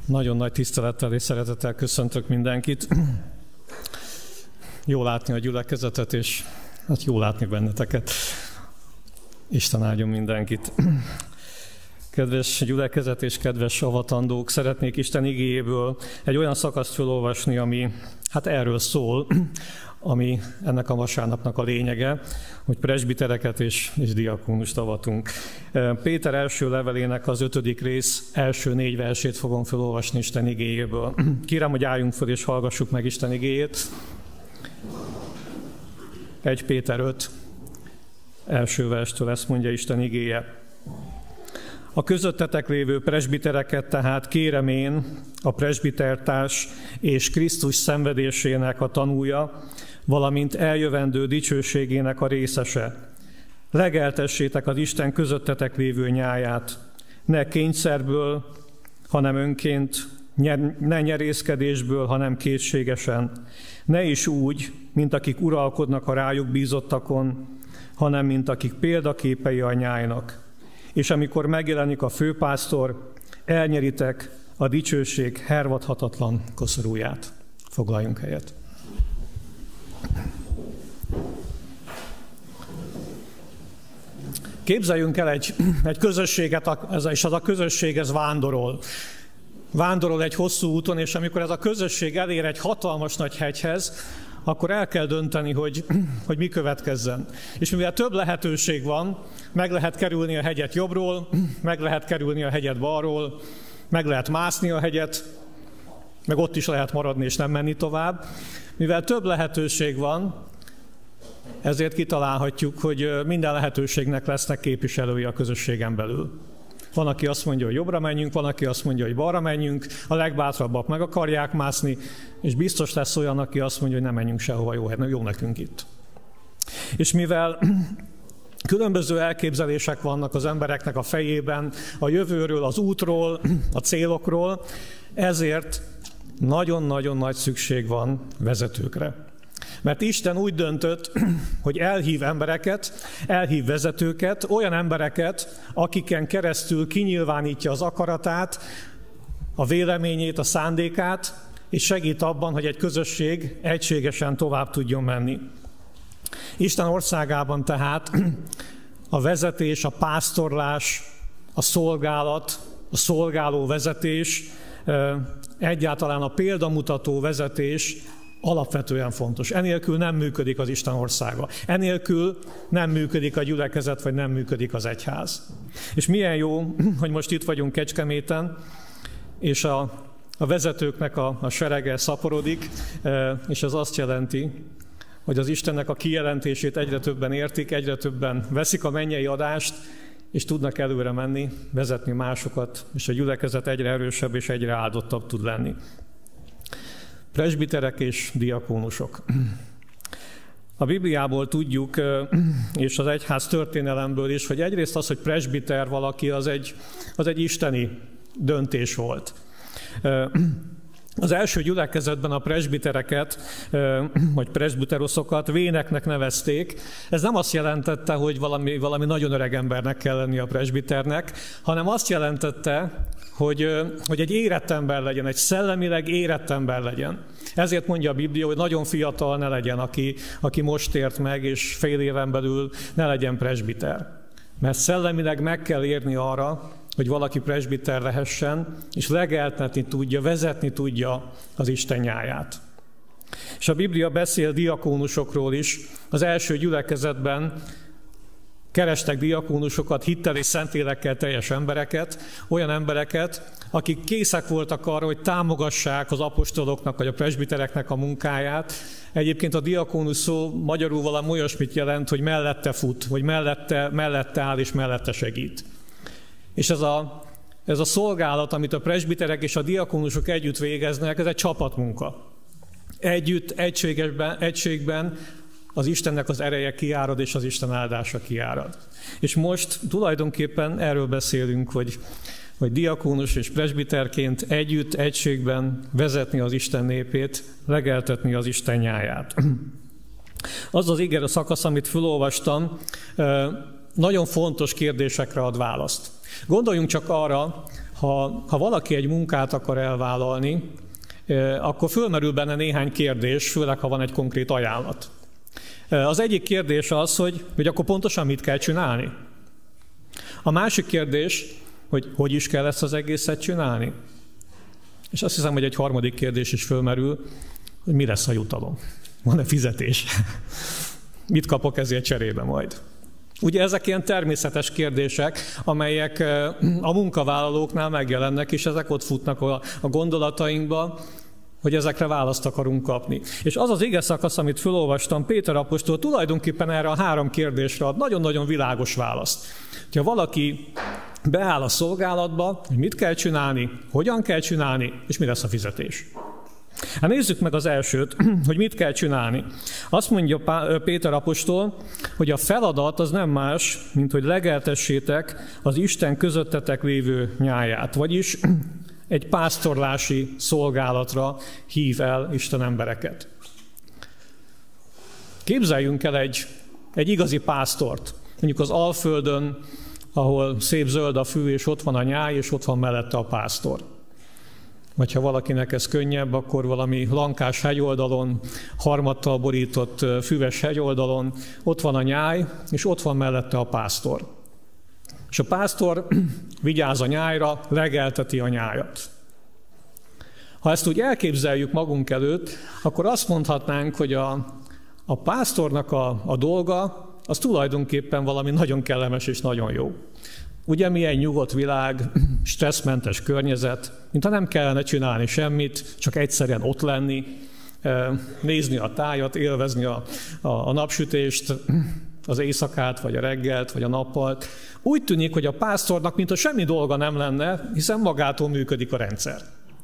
Nagyon nagy tisztelettel és szeretettel köszöntök mindenkit. Jó látni a gyülekezetet, és hát jó látni benneteket. Isten áldjon mindenkit. Kedves gyülekezet és kedves avatandók, szeretnék Isten igéjéből egy olyan szakaszt felolvasni, ami hát erről szól, ami ennek a vasárnapnak a lényege, hogy presbitereket és diakónust avatunk. Péter első levelének az 5. rész első 4 versét fogom felolvasni Isten igéjéből. Kérem, hogy álljunk föl és hallgassuk meg Isten igéjét. 1 Péter 5. első verstől ezt mondja Isten igéje. A közöttetek lévő presbitereket tehát kérem én, a presbitertárs és Krisztus szenvedésének a tanúja, valamint eljövendő dicsőségének a részese. Legeltessétek az Isten közöttetek lévő nyáját, ne kényszerből, hanem önként, ne nyerészkedésből, hanem készségesen. Ne is úgy, mint akik uralkodnak a rájuk bízottakon, hanem mint akik példaképei a nyájnak. És amikor megjelenik a főpásztor, elnyeritek a dicsőség hervadhatatlan koszorúját. Foglaljunk helyet. Képzeljünk el egy közösséget, és az a közösség ez vándorol. Vándorol egy hosszú úton, és amikor ez a közösség elér egy hatalmas nagy hegyhez, akkor el kell dönteni, hogy mi következzen. És mivel több lehetőség van, meg lehet kerülni a hegyet jobbról, meg lehet kerülni a hegyet balról, meg lehet mászni a hegyet, meg ott is lehet maradni és nem menni tovább. Mivel több lehetőség van, ezért kitalálhatjuk, hogy minden lehetőségnek lesznek képviselői a közösségen belül. Van, aki azt mondja, hogy jobbra menjünk, van, aki azt mondja, hogy balra menjünk, a legbátrabbak meg akarják mászni, és biztos lesz olyan, aki azt mondja, hogy nem menjünk sehova, jó nekünk itt. És mivel különböző elképzelések vannak az embereknek a fejében, a jövőről, az útról, a célokról, ezért nagyon-nagyon nagy szükség van vezetőkre. Mert Isten úgy döntött, hogy elhív embereket, elhív vezetőket, olyan embereket, akiken keresztül kinyilvánítja az akaratát, a véleményét, a szándékát, és segít abban, hogy egy közösség egységesen tovább tudjon menni. Isten országában tehát a vezetés, a pásztorlás, a szolgálat, a szolgáló vezetés, egyáltalán a példamutató vezetés alapvetően fontos. Enélkül nem működik az Isten országa. Enélkül nem működik a gyülekezet, vagy nem működik az egyház. És milyen jó, hogy most itt vagyunk Kecskeméten, és a vezetőknek a serege szaporodik, és ez azt jelenti, hogy az Istennek a kijelentését egyre többen értik, egyre többen veszik a mennyei adást, és tudnak előre menni, vezetni másokat, és a gyülekezet egyre erősebb és egyre áldottabb tud lenni. Presbiterek és diakónusok. A Bibliából tudjuk, és az egyház történelemből is, hogy egyrészt az, hogy presbiter valaki, az egy isteni döntés volt. Az első gyülekezetben a presbitereket, vagy presbiteroszokat véneknek nevezték. Ez nem azt jelentette, hogy valami nagyon öreg embernek kell lenni a presbiternek, hanem azt jelentette, hogy egy érett ember legyen, egy szellemileg érett ember legyen. Ezért mondja a Biblia, hogy nagyon fiatal ne legyen, aki most tért meg, és fél éven belül ne legyen presbiter. Mert szellemileg meg kell érni arra, hogy valaki presbiter lehessen, és legeltetni tudja, vezetni tudja az Isten nyáját. És a Biblia beszél diakónusokról is. Az első gyülekezetben kerestek diakónusokat, hittel és szentélekkel teljes embereket, olyan embereket, akik készek voltak arra, hogy támogassák az apostoloknak vagy a presbitereknek a munkáját. Egyébként a diakónus szó magyarul valami olyasmit jelent, hogy mellette fut, vagy mellette áll és mellette segít. És ez a szolgálat, amit a presbiterek és a diakónusok együtt végeznek, ez egy csapatmunka. Együtt, egységben az Istennek az ereje kiárad, és az Isten áldása kiárad. És most tulajdonképpen erről beszélünk, hogy diakónus és presbiterként együtt, egységben vezetni az Isten népét, legeltetni az Isten nyáját. Az az ige szakasz, amit felolvastam, nagyon fontos kérdésekre ad választ. Gondoljunk csak arra, Ha valaki egy munkát akar elvállalni, akkor fölmerül benne néhány kérdés, főleg ha van egy konkrét ajánlat. Az egyik kérdés az, hogy akkor pontosan mit kell csinálni. A másik kérdés, hogy is kell ezt az egészet csinálni. És azt hiszem, hogy egy harmadik kérdés is fölmerül, hogy mi lesz a jutalom. Van-e fizetés? Mit kapok ezért cserébe majd? Ugye ezek ilyen természetes kérdések, amelyek a munkavállalóknál megjelennek, és ezek ott futnak a gondolatainkba, hogy ezekre választ akarunk kapni. És az az ige szakasz, amit felolvastam, Péter apostol tulajdonképpen erre a 3 kérdésre ad nagyon-nagyon világos választ. Ha valaki beáll a szolgálatba, hogy mit kell csinálni, hogyan kell csinálni, és mi lesz a fizetés. Hát nézzük meg az elsőt, hogy mit kell csinálni. Azt mondja Péter apostol, hogy a feladat az nem más, mint hogy legeltessétek az Isten közöttetek lévő nyáját, vagyis egy pásztorlási szolgálatra hív el Isten embereket. Képzeljünk el egy igazi pásztort, mondjuk az Alföldön, ahol szép zöld a fű, és ott van a nyáj, és ott van mellette a pásztor. Vagy ha valakinek ez könnyebb, akkor valami lankás hegyoldalon, harmattal borított füves hegyoldalon, ott van a nyáj, és ott van mellette a pásztor. És a pásztor vigyáz a nyájra, legelteti a nyájat. Ha ezt úgy elképzeljük magunk előtt, akkor azt mondhatnánk, hogy a pásztornak a dolga, az tulajdonképpen valami nagyon kellemes és nagyon jó. Ugye milyen nyugodt világ, stresszmentes környezet, mintha nem kellene csinálni semmit, csak egyszerűen ott lenni, nézni a tájat, élvezni a napsütést, az éjszakát, vagy a reggelt, vagy a nappalt. Úgy tűnik, hogy a pásztornak mintha semmi dolga nem lenne, hiszen magától működik a rendszer.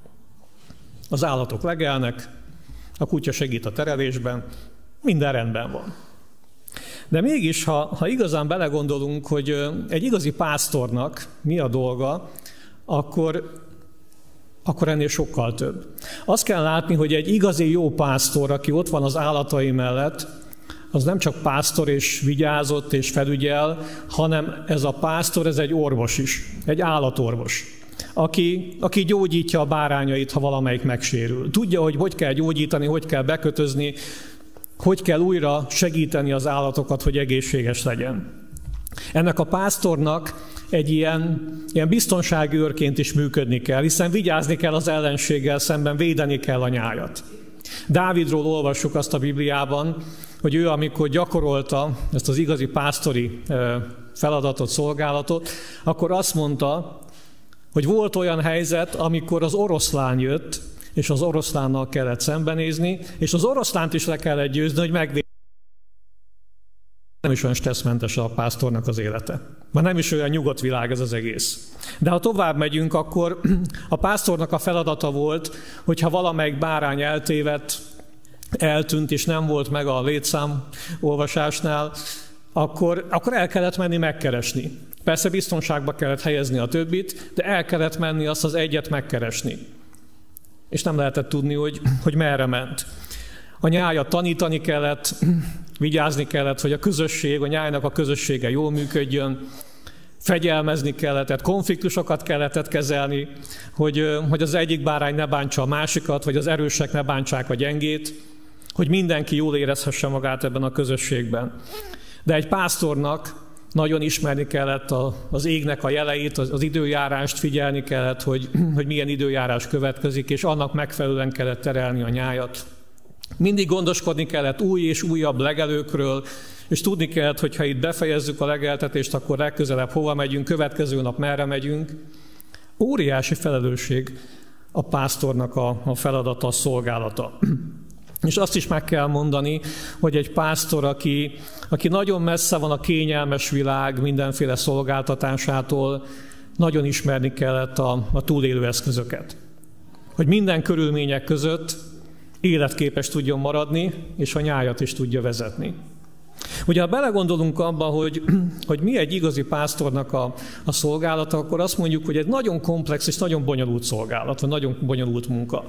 Az állatok legelnek, a kutya segít a terelésben, minden rendben van. De mégis, ha igazán belegondolunk, hogy egy igazi pásztornak mi a dolga, akkor ennél sokkal több. Azt kell látni, hogy egy igazi jó pásztor, aki ott van az állatai mellett, az nem csak pásztor és vigyázott és felügyel, hanem ez a pásztor, ez egy orvos is, egy állatorvos, aki gyógyítja a bárányait, ha valamelyik megsérül. Tudja, hogy kell gyógyítani, hogy kell bekötözni, hogy kell újra segíteni az állatokat, hogy egészséges legyen. Ennek a pásztornak egy ilyen biztonsági őrként is működni kell, hiszen vigyázni kell az ellenséggel szemben, védeni kell a nyájat. Dávidról olvassuk azt a Bibliában, hogy ő, amikor gyakorolta ezt az igazi pásztori feladatot, szolgálatot, akkor azt mondta, hogy volt olyan helyzet, amikor az oroszlán jött, és az oroszlánnal kellett szembenézni, és az oroszlánt is le kellett győzni, hogy megvédje. Nem is olyan stresszmentes a pásztornak az élete. Már nem is olyan nyugodt világ ez az egész. De ha tovább megyünk, akkor a pásztornak a feladata volt, hogyha valamelyik bárány eltévedt, eltűnt, és nem volt meg a létszám olvasásnál, akkor el kellett menni megkeresni. Persze biztonságba kellett helyezni a többit, de el kellett menni azt az egyet megkeresni. És nem lehetett tudni, hogy merre ment. A nyájat tanítani kellett, vigyázni kellett, hogy a nyájnak a közössége jól működjön, fegyelmezni kellett, konfliktusokat kellett kezelni, hogy az egyik bárány ne bántsa a másikat, vagy az erősek ne bántsák a gyengét, hogy mindenki jól érezhesse magát ebben a közösségben. De egy pásztornak nagyon ismerni kellett az égnek a jeleit, az időjárást figyelni kellett, hogy milyen időjárás következik, és annak megfelelően kellett terelni a nyájat. Mindig gondoskodni kellett új és újabb legelőkről, és tudni kellett, hogy ha itt befejezzük a legeltetést, akkor legközelebb hova megyünk, következő nap merre megyünk. Óriási felelősség a pásztornak a feladata, a szolgálata. És azt is meg kell mondani, hogy egy pásztor, aki nagyon messze van a kényelmes világ mindenféle szolgáltatásától, nagyon ismerni kellett a túlélő eszközöket. Hogy minden körülmények között életképes tudjon maradni, és a nyájat is tudja vezetni. Ugye, ha belegondolunk abba, hogy mi egy igazi pásztornak a szolgálata, akkor azt mondjuk, hogy egy nagyon komplex és nagyon bonyolult szolgálat, vagy nagyon bonyolult munka.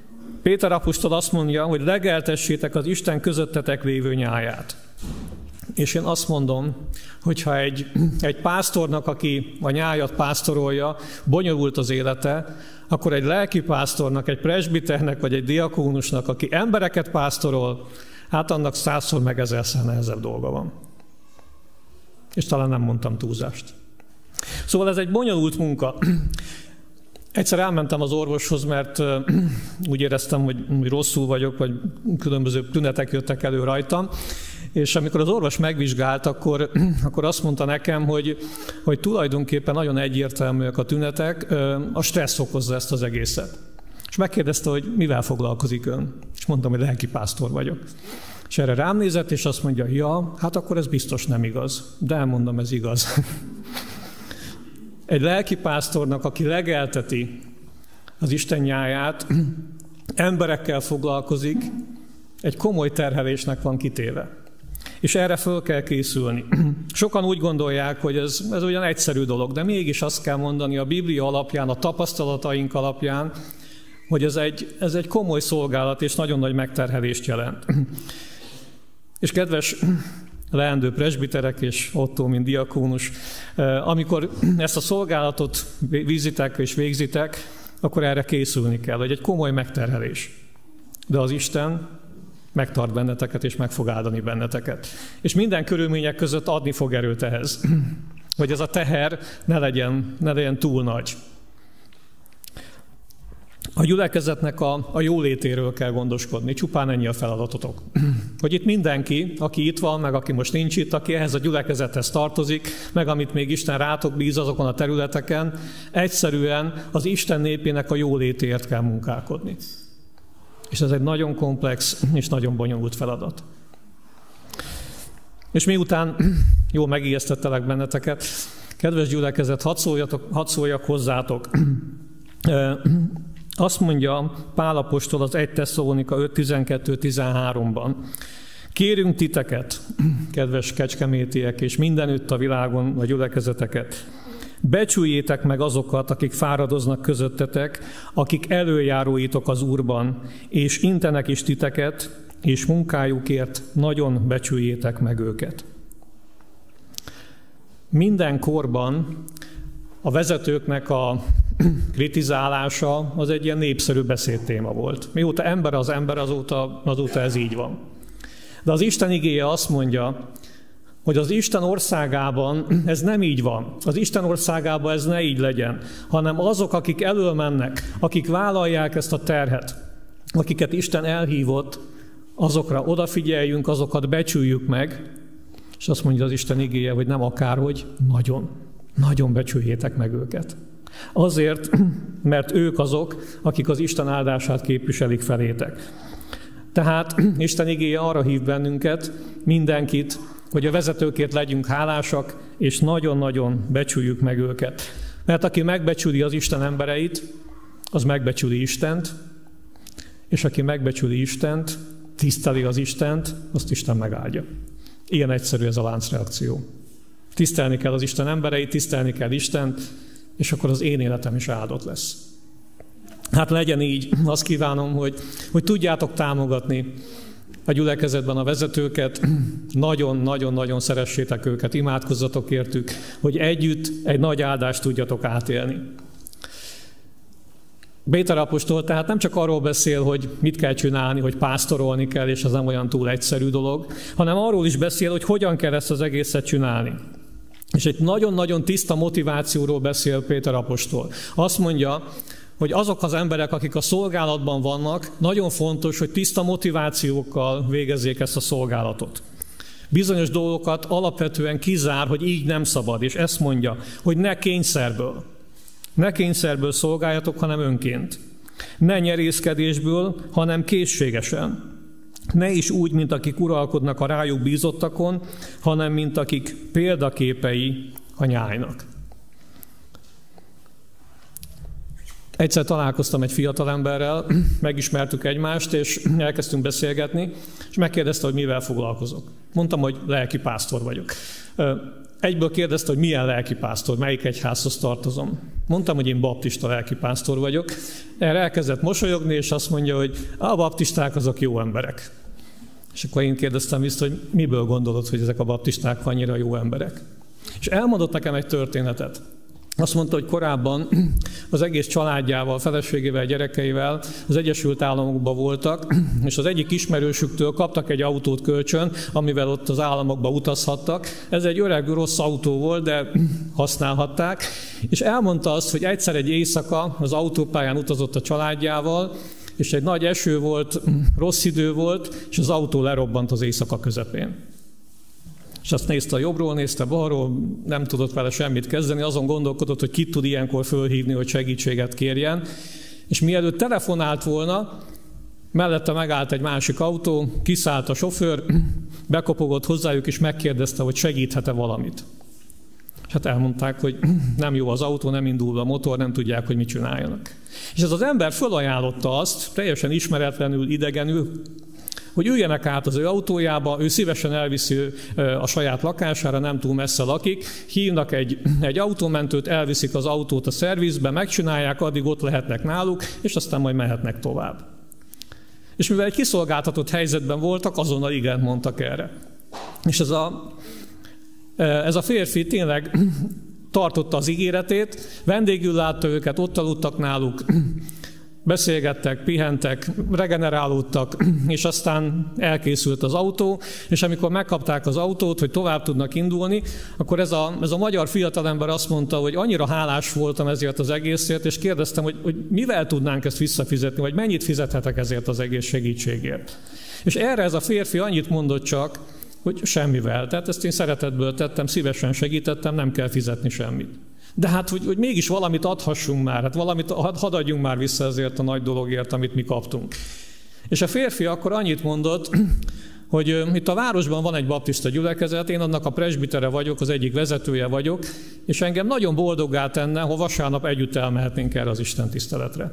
Péter apostol azt mondja, hogy legeltessétek az Isten közöttetek lévő nyáját. És én azt mondom, hogyha egy pásztornak, aki a nyájat pásztorolja, bonyolult az élete, akkor egy lelkipásztornak, egy presbiternek vagy egy diakónusnak, aki embereket pásztorol, hát annak 100-szor meg 1000-szer nehezebb dolga van. És talán nem mondtam túlzást. Szóval ez egy bonyolult munka. Egyszer elmentem az orvoshoz, mert úgy éreztem, hogy rosszul vagyok, vagy különböző tünetek jöttek elő rajtam, és amikor az orvos megvizsgált, akkor azt mondta nekem, hogy tulajdonképpen nagyon egyértelműek a tünetek, a stressz okozza ezt az egészet. És megkérdezte, hogy mivel foglalkozik ön? És mondtam, hogy lelkipásztor vagyok. És erre rám nézett, és azt mondja, ja, hát akkor ez biztos nem igaz. De elmondom, ez igaz. Egy lelkipásztornak, aki legelteti az Isten nyáját, emberekkel foglalkozik, egy komoly terhelésnek van kitéve. És erre föl kell készülni. Sokan úgy gondolják, hogy ez ugyan egyszerű dolog, de mégis azt kell mondani a Biblia alapján, a tapasztalataink alapján, hogy ez egy komoly szolgálat, és nagyon nagy megterhelést jelent. És kedves leendő presbiterek és Ottó, mint diakónus, amikor ezt a szolgálatot vízitek és végzitek, akkor erre készülni kell, hogy egy komoly megterhelés. De az Isten megtart benneteket, és meg fog áldani benneteket. És minden körülmények között adni fog erőt ehhez, hogy ez a teher ne legyen túl nagy. A gyülekezetnek a jólétéről kell gondoskodni, csupán ennyi a feladatotok. Hogy itt mindenki, aki itt van, meg aki most nincs itt, aki ehhez a gyülekezethez tartozik, meg amit még Isten rátok bíz azokon a területeken, egyszerűen az Isten népének a jólétéért kell munkálkodni. És ez egy nagyon komplex és nagyon bonyolult feladat. És miután jól megijesztettelek benneteket, kedves gyülekezet, hadd szóljak hozzátok. Azt mondja Pál apostol az 1 Tesszalonika 5.12-13-ban. Kérünk titeket, kedves kecskemétiek, és mindenütt a világon a gyülekezeteket, becsüljétek meg azokat, akik fáradoznak közöttetek, akik előjáróitok az Úrban, és intenek is titeket, és munkájukért nagyon becsüljétek meg őket. Minden korban a vezetőknek a kritizálása az egy ilyen népszerű beszédtéma volt. Mióta ember az ember, azóta ez így van. De az Isten igéje azt mondja, hogy az Isten országában ez nem így van. Az Isten országában ez ne így legyen, hanem azok, akik elől mennek, akik vállalják ezt a terhet, akiket Isten elhívott, azokra odafigyeljünk, azokat becsüljük meg, és azt mondja az Isten igéje, hogy nem akárhogy, nagyon becsüljétek meg őket. Azért, mert ők azok, akik az Isten áldását képviselik felétek. Tehát Isten igéje arra hív bennünket, mindenkit, hogy a vezetőkért legyünk hálásak, és nagyon-nagyon becsüljük meg őket. Mert aki megbecsüli az Isten embereit, az megbecsüli Istent, és aki megbecsüli Istent, tiszteli az Istent, azt Isten megáldja. Ilyen egyszerű ez a láncreakció. Tisztelni kell az Isten embereit, tisztelni kell Istent, és akkor az én életem is áldott lesz. Hát legyen így, azt kívánom, hogy tudjátok támogatni a gyülekezetben a vezetőket, nagyon-nagyon-nagyon szeressétek őket, imádkozzatok értük, hogy együtt egy nagy áldást tudjatok átélni. Péter apostol tehát nem csak arról beszél, hogy mit kell csinálni, hogy pásztorolni kell, és ez nem olyan túl egyszerű dolog, hanem arról is beszél, hogy hogyan kell ezt az egészet csinálni. És egy nagyon-nagyon tiszta motivációról beszél Péter apostol. Azt mondja, hogy azok az emberek, akik a szolgálatban vannak, nagyon fontos, hogy tiszta motivációkkal végezzék ezt a szolgálatot. Bizonyos dolgokat alapvetően kizár, hogy így nem szabad, és ezt mondja, hogy ne kényszerből szolgáljatok, hanem önként. Ne nyerészkedésből, hanem készségesen. Ne is úgy, mint akik uralkodnak a rájuk bízottakon, hanem mint akik példaképei a nyájnak. Egyszer találkoztam egy fiatalemberrel, megismertük egymást, és elkezdtünk beszélgetni, és megkérdezte, hogy mivel foglalkozok. Mondtam, hogy lelkipásztor vagyok. Egyből kérdezte, hogy milyen lelkipásztor, melyik egyházhoz tartozom. Mondtam, hogy én baptista lelkipásztor vagyok. Erre elkezdett mosolyogni, és azt mondja, hogy a baptisták azok jó emberek. És akkor én kérdeztem vissza, hogy miből gondolod, hogy ezek a baptisták annyira jó emberek. És elmondott nekem egy történetet. Azt mondta, hogy korábban az egész családjával, feleségével, gyerekeivel az Egyesült Államokban voltak, és az egyik ismerősüktől kaptak egy autót kölcsön, amivel ott az államokba utazhattak. Ez egy öreg, rossz autó volt, de használhatták. És elmondta azt, hogy egyszer egy éjszaka az autópályán utazott a családjával, és egy nagy eső volt, rossz idő volt, és az autó lerobbant az éjszaka közepén. És azt nézte a jobbról, nézte balról, nem tudott vele semmit kezdeni, azon gondolkodott, hogy kit tud ilyenkor fölhívni, hogy segítséget kérjen. És mielőtt telefonált volna, mellette megállt egy másik autó, kiszállt a sofőr, bekopogott hozzájuk, és megkérdezte, hogy segíthet-e valamit. És hát elmondták, hogy nem jó az autó, nem indul a motor, nem tudják, hogy mit csináljanak. És ez az ember fölajánlotta azt, teljesen ismeretlenül, idegenül, hogy üljenek át az ő autójába, ő szívesen elviszi a saját lakására, nem túl messze lakik, hívnak egy autómentőt, elviszik az autót a szervizbe, megcsinálják, addig ott lehetnek náluk, és aztán majd mehetnek tovább. És mivel egy kiszolgáltatott helyzetben voltak, azonnal igent mondtak erre. És ez a férfi tényleg tartotta az ígéretét, vendégül látta őket, ott aludtak náluk, beszélgettek, pihentek, regenerálódtak, és aztán elkészült az autó, és amikor megkapták az autót, hogy tovább tudnak indulni, akkor ez a magyar fiatalember azt mondta, hogy annyira hálás voltam ezért az egészért, és kérdeztem, hogy mivel tudnánk ezt visszafizetni, vagy mennyit fizethetek ezért az egész segítségért. És erre ez a férfi annyit mondott csak, hogy semmivel. Tehát ezt én szeretetből tettem, szívesen segítettem, nem kell fizetni semmit. De hát, hogy mégis valamit adhassunk már, hát valamit hadd adjunk már vissza ezért a nagy dologért, amit mi kaptunk. És a férfi akkor annyit mondott, hogy itt a városban van egy baptista gyülekezet, én annak a presbitere vagyok, az egyik vezetője vagyok, és engem nagyon boldoggá tenne, ha vasárnap együtt elmehetnénk erre az istentiszteletre.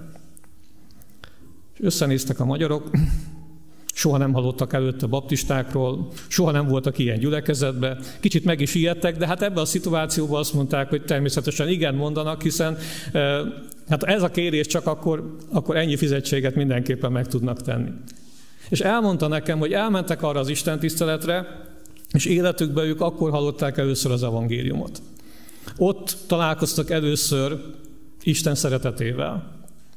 És összenéztek a magyarok, soha nem hallottak előtte baptistákról, soha nem voltak ilyen gyülekezetbe, kicsit meg is ijedtek, de hát ebben a szituációban azt mondták, hogy természetesen igen mondanak, hiszen hát ez a kérés csak akkor ennyi fizetséget mindenképpen meg tudnak tenni. És elmondta nekem, hogy elmentek arra az istentiszteletre, és életükben ők akkor hallották először az evangéliumot. Ott találkoztak először Isten szeretetével.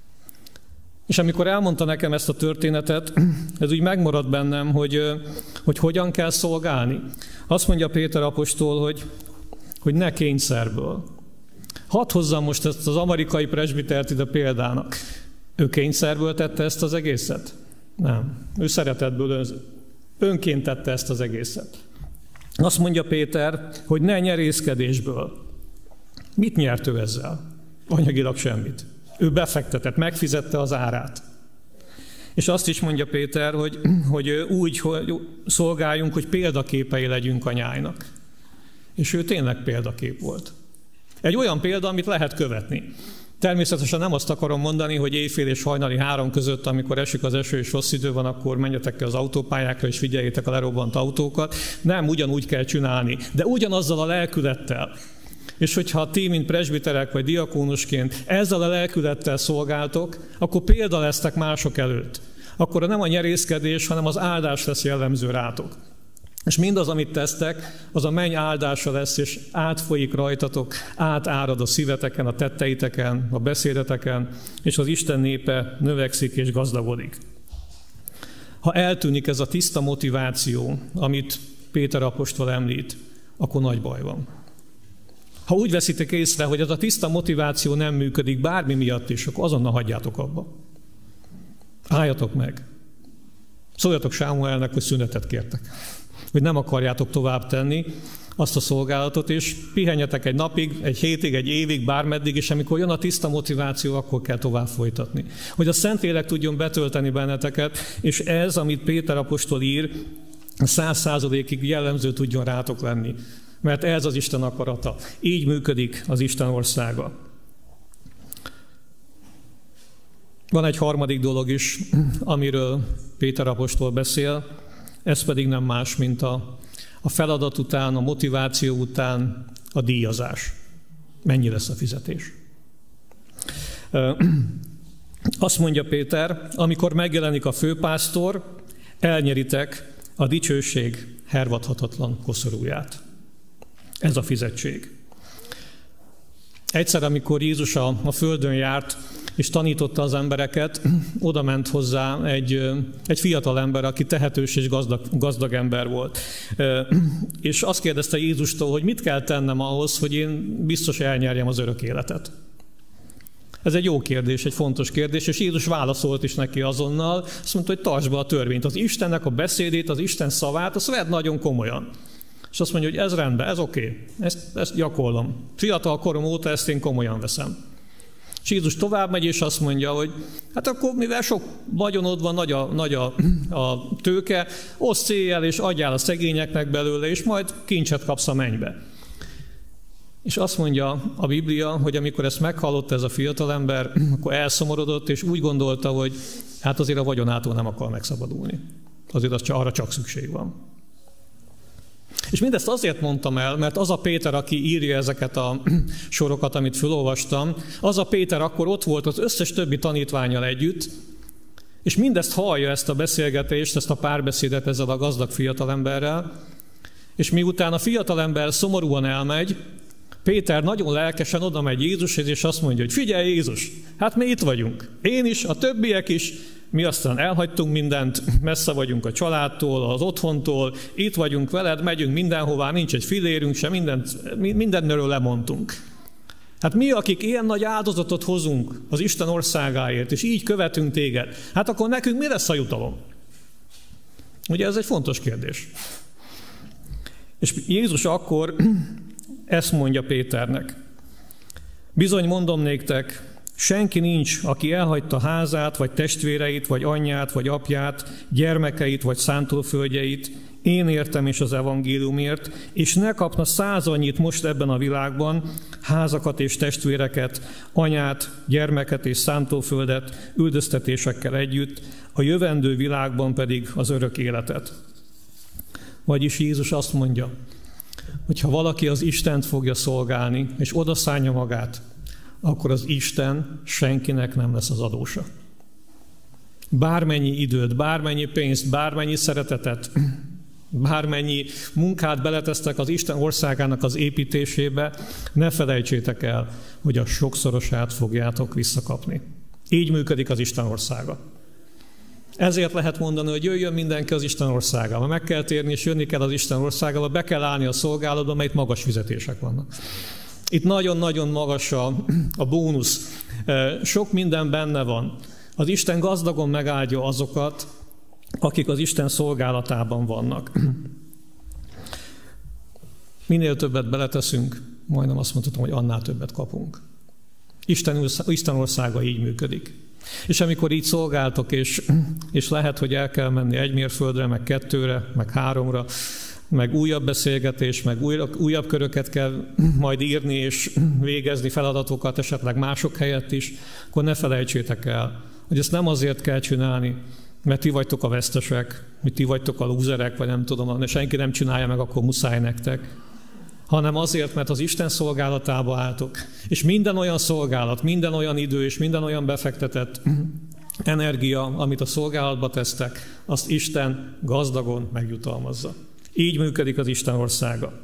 És amikor elmondta nekem ezt a történetet, ez úgy megmaradt bennem, hogy hogyan kell szolgálni. Azt mondja Péter apostol, hogy ne kényszerből. Hadd hozzam most ezt az amerikai presbitert ide példának. Ő kényszerből tette ezt az egészet? Nem. Ő szeretetből, önként tette ezt az egészet. Azt mondja Péter, hogy ne nyerészkedésből. Mit nyert ő ezzel? Anyagilag semmit. Ő befektetett, megfizette az árát. És azt is mondja Péter, hogy úgy szolgáljunk, hogy példaképei legyünk a nyájnak. És ő tényleg példakép volt. Egy olyan példa, amit lehet követni. Természetesen nem azt akarom mondani, hogy éjfél és hajnali 3 között, amikor esik az eső és rossz idő van, akkor menjetek ki az autópályákra és figyeljétek a lerobbant autókat. Nem, ugyanúgy kell csinálni, de ugyanazzal a lelkülettel. És hogyha ti, mint presbiterek vagy diakónusként ezzel a lelkülettel szolgáltok, akkor példa lesztek mások előtt. Akkor nem a nyerészkedés, hanem az áldás lesz jellemző rátok. És mindaz, amit tesztek, az a menny áldása lesz, és átfolyik rajtatok, átárad a szíveteken, a tetteiteken, a beszédeteken, és az Isten népe növekszik és gazdagodik. Ha eltűnik ez a tiszta motiváció, amit Péter apostol említ, akkor nagy baj van. Ha úgy veszitek észre, hogy ez a tiszta motiváció nem működik bármi miatt is, akkor azonnal hagyjátok abba. Álljatok meg. Szóljatok Sámuelnek, hogy szünetet kértek. Hogy nem akarjátok tovább tenni azt a szolgálatot, és pihenjetek egy napig, egy hétig, egy évig, bármeddig, és amikor jön a tiszta motiváció, akkor kell tovább folytatni. Hogy a Szentlélek tudjon betölteni benneteket, és ez, amit Péter apostol ír, 100%-ig jellemző tudjon rátok lenni. Mert ez az Isten akarata. Így működik az Isten országa. Van egy harmadik dolog is, amiről Péter apostol beszél, ez pedig nem más, mint a feladat után, a motiváció után a díjazás. Mennyi lesz a fizetés? Azt mondja Péter, amikor megjelenik a főpásztor, elnyeritek a dicsőség hervadhatatlan koszorúját. Ez a fizetség. Egyszer, amikor Jézus a földön járt, és tanította az embereket, oda ment hozzá egy fiatal ember, aki tehetős és gazdag ember volt. És azt kérdezte Jézustól, hogy mit kell tennem ahhoz, hogy én biztos elnyerjem az örök életet. Ez egy jó kérdés, egy fontos kérdés, és Jézus válaszolt is neki azonnal, azt mondta, hogy tartsd be a törvényt. Az Istennek a beszédét, az Isten szavát, azt vedd nagyon komolyan. És azt mondja, hogy ez rendben, ez oké, ezt gyakorlom. Fiatal korom óta ezt én komolyan veszem. És Jézus tovább megy, és azt mondja, hogy hát akkor, mivel sok vagyonod van, nagy a tőke, oszd széjjel, és adjál a szegényeknek belőle, és majd kincset kapsz a mennybe. És azt mondja a Biblia, hogy amikor ezt meghallotta ez a fiatalember, akkor elszomorodott, és úgy gondolta, hogy hát azért a vagyonától nem akar megszabadulni. Azért arra csak szükség van. És mindezt azért mondtam el, mert az a Péter, aki írja ezeket a sorokat, amit felolvastam, az a Péter akkor ott volt az összes többi tanítvánnyal együtt, és mindezt hallja, ezt a beszélgetést, ezt a párbeszédet ezzel a gazdag fiatalemberrel, és miután a fiatalember szomorúan elmegy, Péter nagyon lelkesen oda megy Jézushoz, és azt mondja, hogy figyelj Jézus, hát mi itt vagyunk. Én is, a többiek is, mi aztán elhagytunk mindent, messze vagyunk a családtól, az otthontól, itt vagyunk veled, megyünk mindenhová, nincs egy fillérünk se, mindenről lemondtunk. Hát mi, akik ilyen nagy áldozatot hozunk az Isten országáért, és így követünk téged, hát akkor nekünk mi lesz a jutalom? Ugye ez egy fontos kérdés. És Jézus akkor ezt mondja Péternek. Bizony mondom néktek, senki nincs, aki elhagyta házát, vagy testvéreit, vagy anyját, vagy apját, gyermekeit, vagy szántóföldjeit, én értem és az evangéliumért, és ne kapna 100 annyit most ebben a világban, házakat és testvéreket, anyát, gyermeket és szántóföldet üldöztetésekkel együtt, a jövendő világban pedig az örök életet. Vagyis Jézus azt mondja, hogy ha valaki az Istent fogja szolgálni, és odaszánja magát, akkor az Isten senkinek nem lesz az adósa. Bármennyi időt, bármennyi pénzt, bármennyi szeretetet, bármennyi munkát beletesztek az Isten országának az építésébe, ne felejtsétek el, hogy a sokszorosát fogjátok visszakapni. Így működik az Isten országa. Ezért lehet mondani, hogy jöjjön mindenki az Isten országába. Meg kell térni, és jönni kell az Isten országába, be kell állni a szolgálatba, mert itt magas fizetések vannak. Itt nagyon-nagyon magas a bónusz. Sok minden benne van. Az Isten gazdagon megáldja azokat, akik az Isten szolgálatában vannak. Minél többet beleteszünk, majdnem azt mondhatom, hogy annál többet kapunk. Isten országa így működik. És amikor így szolgáltok, és lehet, hogy el kell menni 1 mérföldre, meg 2-re, meg 3-ra, meg újabb beszélgetés, meg újabb köröket kell majd írni és végezni feladatokat, esetleg mások helyett is, akkor ne felejtsétek el, hogy ezt nem azért kell csinálni, mert ti vagytok a vesztesek, hogy ti vagytok a lúzerek, vagy nem tudom, senki nem csinálja meg, akkor muszáj nektek, hanem azért, mert az Isten szolgálatába álltok. És minden olyan szolgálat, minden olyan idő és minden olyan befektetett energia, amit a szolgálatba tesztek, azt Isten gazdagon megjutalmazza. Így működik az Isten országa.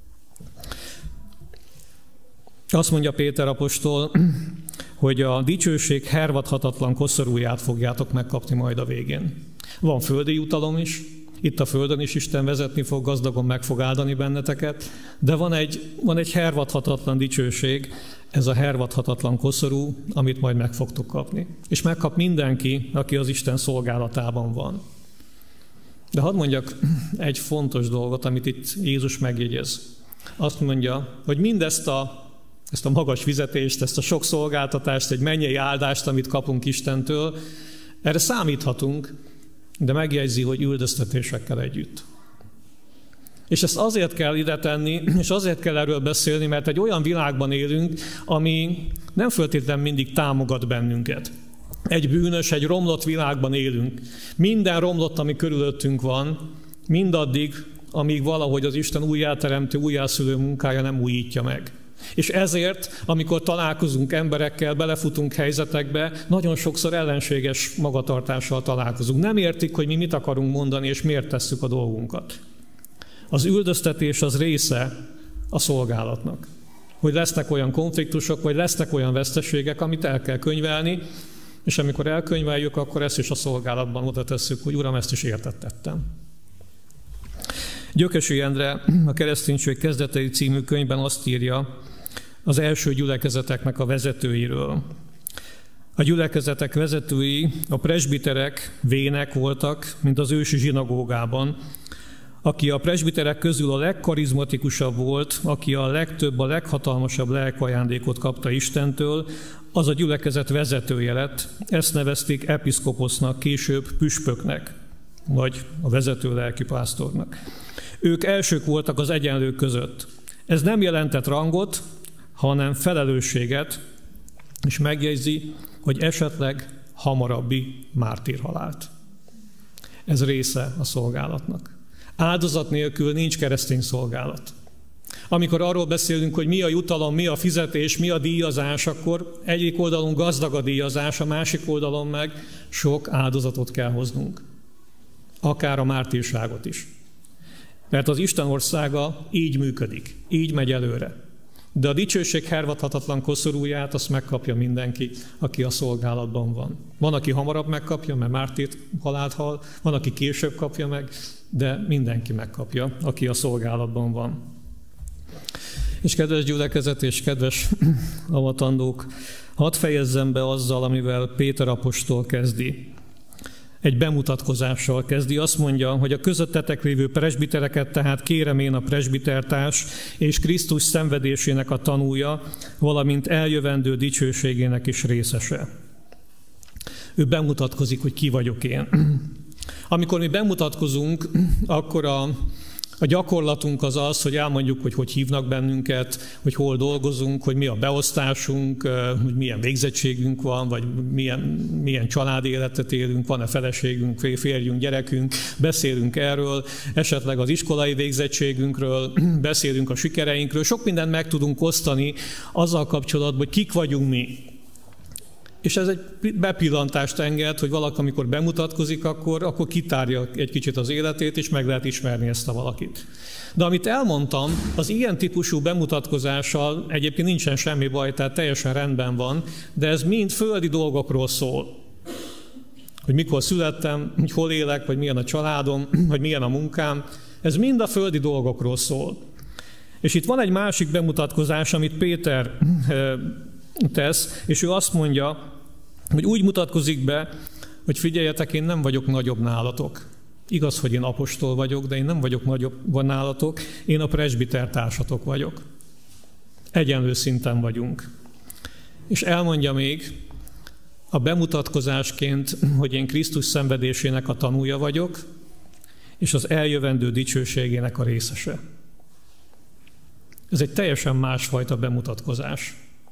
Azt mondja Péter apostol, hogy a dicsőség hervadhatatlan koszorúját fogjátok megkapni majd a végén. Van földi jutalom is, itt a földön is Isten vezetni fog, gazdagon meg fog áldani benneteket, de van egy hervadhatatlan dicsőség, ez a hervadhatatlan koszorú, amit majd meg fogtok kapni. És megkap mindenki, aki az Isten szolgálatában van. De hadd mondjak egy fontos dolgot, amit itt Jézus megjegyez. Azt mondja, hogy mindezt ezt a magas fizetést, ezt a sok szolgáltatást, egy mennyei áldást, amit kapunk Istentől, erre számíthatunk, de megjegyzi, hogy üldöztetésekkel együtt. És ezt azért kell ide tenni, és azért kell erről beszélni, mert egy olyan világban élünk, ami nem feltétlenül mindig támogat bennünket. Egy bűnös, egy romlott világban élünk. Minden romlott, ami körülöttünk van, mindaddig, amíg valahogy az Isten újjáteremtő, újjászülő munkája nem újítja meg. És ezért, amikor találkozunk emberekkel, belefutunk helyzetekbe, nagyon sokszor ellenséges magatartással találkozunk. Nem értik, hogy mi mit akarunk mondani, és miért tesszük a dolgunkat. Az üldöztetés az része a szolgálatnak. Hogy lesznek olyan konfliktusok, vagy lesznek olyan veszteségek, amit el kell könyvelni, és amikor elkönyveljük, akkor ezt is a szolgálatban oda tesszük, hogy Uram, ezt is értettettem. Gyökösi Endre a Kereszténység kezdetei című könyvben azt írja az első gyülekezeteknek a vezetőiről. A gyülekezetek vezetői, a presbiterek, vének voltak, mint az ősi zsinagógában. Aki a presbiterek közül a legkarizmatikusabb volt, aki a legtöbb, a leghatalmasabb lelkajándékot kapta Istentől, az a gyülekezet vezetője lett. Ezt nevezték episzkoposznak, később püspöknek, vagy a vezető lelkipásztornak. Ők elsők voltak az egyenlők között. Ez nem jelentett rangot, hanem felelősséget, és megjegyzi, hogy esetleg hamarabbi mártírhalált. Ez része a szolgálatnak. Áldozat nélkül nincs keresztény szolgálat. Amikor arról beszélünk, hogy mi a jutalom, mi a fizetés, mi a díjazás, akkor egyik oldalon gazdag a díjazás, a másik oldalon meg sok áldozatot kell hoznunk. Akár a mártírságot is. Mert az Isten országa így működik, így megy előre. De a dicsőség hervadhatatlan koszorúját azt megkapja mindenki, aki a szolgálatban van. Van, aki hamarabb megkapja, mert mártírt halált hal, van, aki később kapja meg, de mindenki megkapja, aki a szolgálatban van. És kedves gyülekezet és kedves avatandók, hadd fejezzem be azzal, amivel Péter apostol kezdi. Egy bemutatkozással kezdi, azt mondja, hogy a közöttetek lévő presbitereket tehát kérem én a presbitertárs és Krisztus szenvedésének a tanúja, valamint eljövendő dicsőségének is részese. Ő bemutatkozik, hogy ki vagyok én. Amikor mi bemutatkozunk, akkor a gyakorlatunk az az, hogy elmondjuk, hogy hívnak bennünket, hogy hol dolgozunk, hogy mi a beosztásunk, hogy milyen végzettségünk van, vagy milyen családi életet élünk, van-e feleségünk, férjünk, gyerekünk, beszélünk erről, esetleg az iskolai végzettségünkről, beszélünk a sikereinkről, sok mindent meg tudunk osztani azzal kapcsolatban, hogy kik vagyunk mi. És ez egy bepillantást enged, hogy valaki, amikor bemutatkozik, akkor kitárja egy kicsit az életét, és meg lehet ismerni ezt a valakit. De amit elmondtam, az ilyen típusú bemutatkozással egyébként nincsen semmi baj, tehát teljesen rendben van, de ez mind földi dolgokról szól. Hogy mikor születtem, hogy hol élek, vagy milyen a családom, vagy milyen a munkám, ez mind a földi dolgokról szól. És itt van egy másik bemutatkozás, amit Péter tesz, és ő azt mondja, hogy úgy mutatkozik be, hogy figyeljetek, én nem vagyok nagyobb nálatok. Igaz, hogy én apostol vagyok, de én nem vagyok nagyobb nálatok, én a presbitertársatok vagyok. Egyenlő szinten vagyunk. És elmondja még a bemutatkozásként, hogy én Krisztus szenvedésének a tanúja vagyok, és az eljövendő dicsőségének a részese. Ez egy teljesen másfajta bemutatkozás.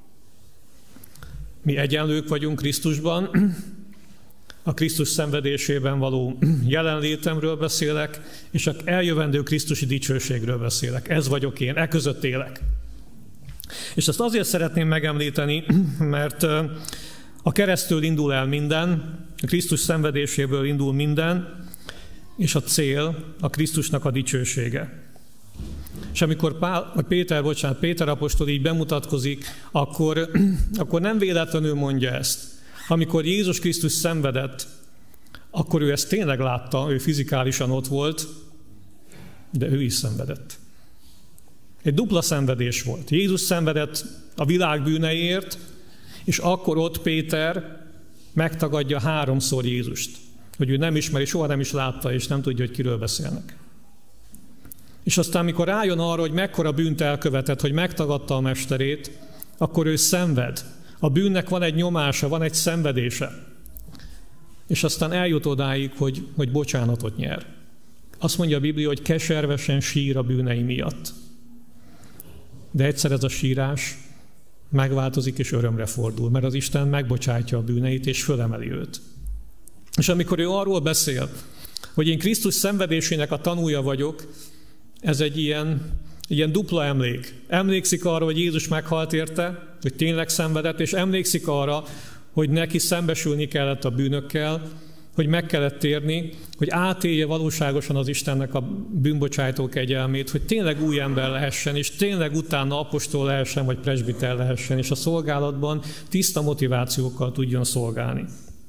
Mi egyenlők vagyunk Krisztusban, a Krisztus szenvedésében való jelenlétemről beszélek, és az eljövendő krisztusi dicsőségről beszélek. Ez vagyok én, e között élek. És ezt azért szeretném megemlíteni, mert a keresztől indul el minden, a Krisztus szenvedéséből indul minden, és a cél a Krisztusnak a dicsősége. És amikor Péter apostol így bemutatkozik, akkor nem véletlenül mondja ezt. Amikor Jézus Krisztus szenvedett, akkor ő ezt tényleg látta, ő fizikálisan ott volt, de ő is szenvedett. Egy dupla szenvedés volt. Jézus szenvedett a világ bűneiért, és akkor ott Péter megtagadja 3-szor Jézust, hogy ő nem ismeri, soha nem is látta, és nem tudja, hogy kiről beszélnek. És aztán, mikor rájön arra, hogy mekkora bűnt elkövetett, hogy megtagadta a mesterét, akkor ő szenved. A bűnnek van egy nyomása, van egy szenvedése. És aztán eljut odáig, hogy bocsánatot nyer. Azt mondja a Biblia, hogy keservesen sír a bűnei miatt. De egyszer ez a sírás megváltozik és örömre fordul, mert az Isten megbocsátja a bűneit és fölemeli őt. És amikor ő arról beszél, hogy én Krisztus szenvedésének a tanúja vagyok, ez egy ilyen ilyen dupla emlék. Emlékszik arra, hogy Jézus meghalt érte, hogy tényleg szenvedett, és emlékszik arra, hogy neki szembesülni kellett a bűnökkel, hogy meg kellett térni, hogy átélje valóságosan az Istennek a bűnbocsájtó kegyelmét, hogy tényleg új ember lehessen, és tényleg utána apostol lehessen, vagy presbiter lehessen, és a szolgálatban tiszta motivációkkal tudjon szolgálni.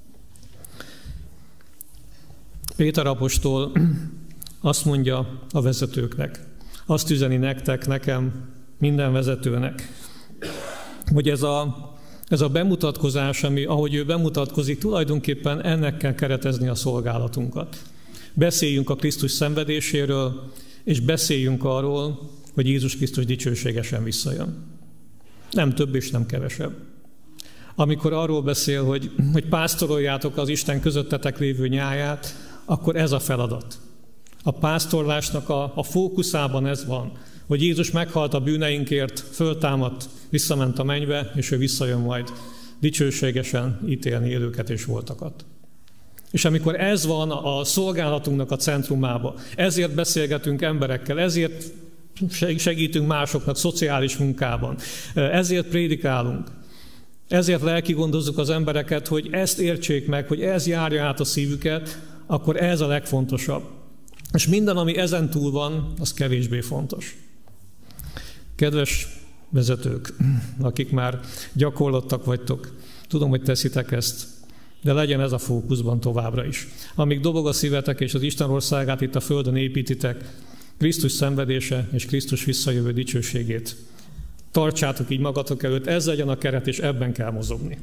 Péter apostol azt mondja a vezetőknek, azt üzeni nektek, nekem, minden vezetőnek, hogy ez a bemutatkozás, ahogy ő bemutatkozik, tulajdonképpen ennek kell keretezni a szolgálatunkat. Beszéljünk a Krisztus szenvedéséről, és beszéljünk arról, hogy Jézus Krisztus dicsőségesen visszajön. Nem több és nem kevesebb. Amikor arról beszél, hogy pásztoroljátok az Isten közöttetek lévő nyáját, akkor ez a feladat. A pásztorlásnak a fókuszában ez van, hogy Jézus meghalt a bűneinkért, föltámadt, visszament a mennybe, és ő visszajön majd dicsőségesen ítélni élőket és voltakat. És amikor ez van a szolgálatunknak a centrumába, ezért beszélgetünk emberekkel, ezért segítünk másoknak szociális munkában, ezért prédikálunk, ezért lelkigondozzuk az embereket, hogy ezt értsék meg, hogy ez járja át a szívüket, akkor ez a legfontosabb. És minden, ami ezen túl van, az kevésbé fontos. Kedves vezetők, akik már gyakorlottak vagytok, tudom, hogy teszitek ezt, de legyen ez a fókuszban továbbra is. Amíg dobog a szívetek és az Isten országát itt a földön építitek, Krisztus szenvedése és Krisztus visszajövő dicsőségét. Tartsátok így magatok előtt, ez legyen a keret, és ebben kell mozogni.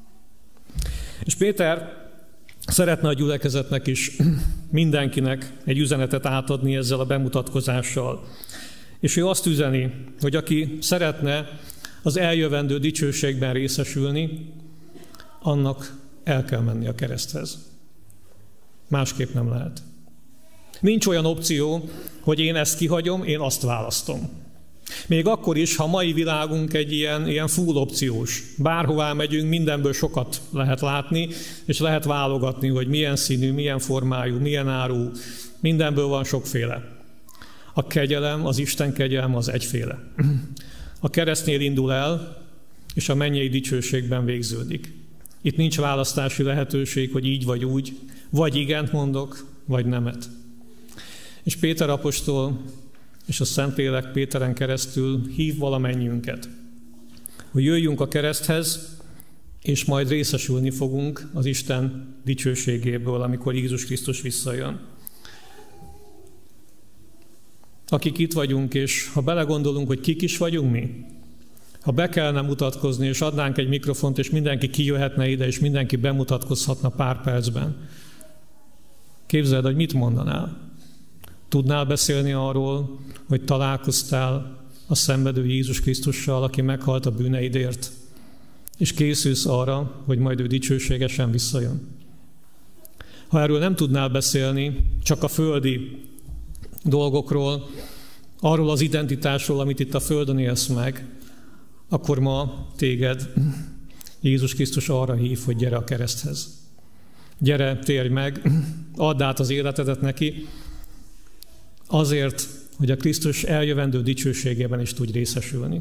És Péter szeretne a gyülekezetnek is, mindenkinek egy üzenetet átadni ezzel a bemutatkozással. És ő azt üzeni, hogy aki szeretne az eljövendő dicsőségben részesülni, annak el kell menni a kereszthez. Másképp nem lehet. Nincs olyan opció, hogy én ezt kihagyom, én azt választom. Még akkor is, ha a mai világunk egy ilyen full opciós. Bárhová megyünk, mindenből sokat lehet látni, és lehet válogatni, hogy milyen színű, milyen formájú, milyen áru, mindenből van sokféle. A kegyelem, az Isten kegyelme az egyféle. A keresztnél indul el, és a mennyei dicsőségben végződik. Itt nincs választási lehetőség, hogy így vagy úgy, vagy igent mondok, vagy nemet. És Péter apostol és a Szentlélek Péteren keresztül hív valamennyiünket, hogy jöjjünk a kereszthez, és majd részesülni fogunk az Isten dicsőségéből, amikor Jézus Krisztus visszajön. Akik itt vagyunk, és ha belegondolunk, hogy kik is vagyunk mi, ha be kellene mutatkozni, és adnánk egy mikrofont, és mindenki kijöhetne ide, és mindenki bemutatkozhatna pár percben, képzeld, hogy mit mondanál? Tudnál beszélni arról, hogy találkoztál a szenvedő Jézus Krisztussal, aki meghalt a bűneidért, és készülsz arra, hogy majd ő dicsőségesen visszajön? Ha erről nem tudnál beszélni, csak a földi dolgokról, arról az identitásról, amit itt a földön élsz meg, akkor ma téged Jézus Krisztus arra hív, hogy gyere a kereszthez. Gyere, térj meg, add át az életedet neki, azért, hogy a Krisztus eljövendő dicsőségében is tudj részesülni.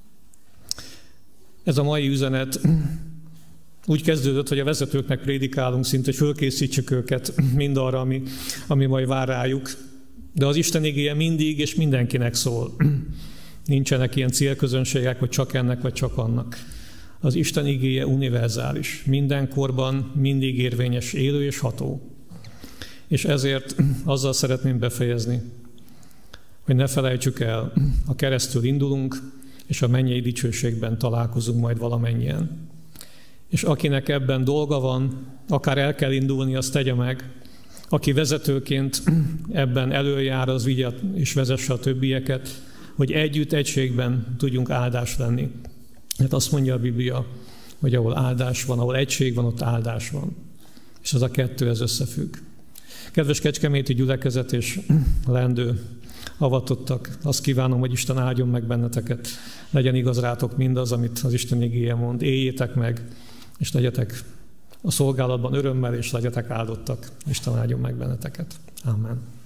Ez a mai üzenet úgy kezdődött, hogy a vezetőknek prédikálunk szinte, hogy fölkészítsük őket mindarra, ami majd vár rájuk. De az Isten igéje mindig és mindenkinek szól. Nincsenek ilyen célközönségek, hogy csak ennek, vagy csak annak. Az Isten igéje univerzális. Mindenkorban mindig érvényes, élő és ható. És ezért azzal szeretném befejezni, hogy ne felejtsük el, a keresztül indulunk, és a mennyei dicsőségben találkozunk majd valamennyien. És akinek ebben dolga van, akár el kell indulni, azt tegye meg. Aki vezetőként ebben előjár, az vigye és vezesse a többieket, hogy együtt, egységben tudjunk áldás lenni. Hát azt mondja a Biblia, hogy ahol áldás van, ahol egység van, ott áldás van. És az a kettő, ez összefügg. Kedves kecskeméti gyülekezet és leendő avatottak, azt kívánom, hogy Isten áldjon meg benneteket. Legyen igaz rátok mindaz, amit az Isten igéje mond. Éljétek meg, és legyetek a szolgálatban örömmel, és legyetek áldottak. Isten áldjon meg benneteket. Amen.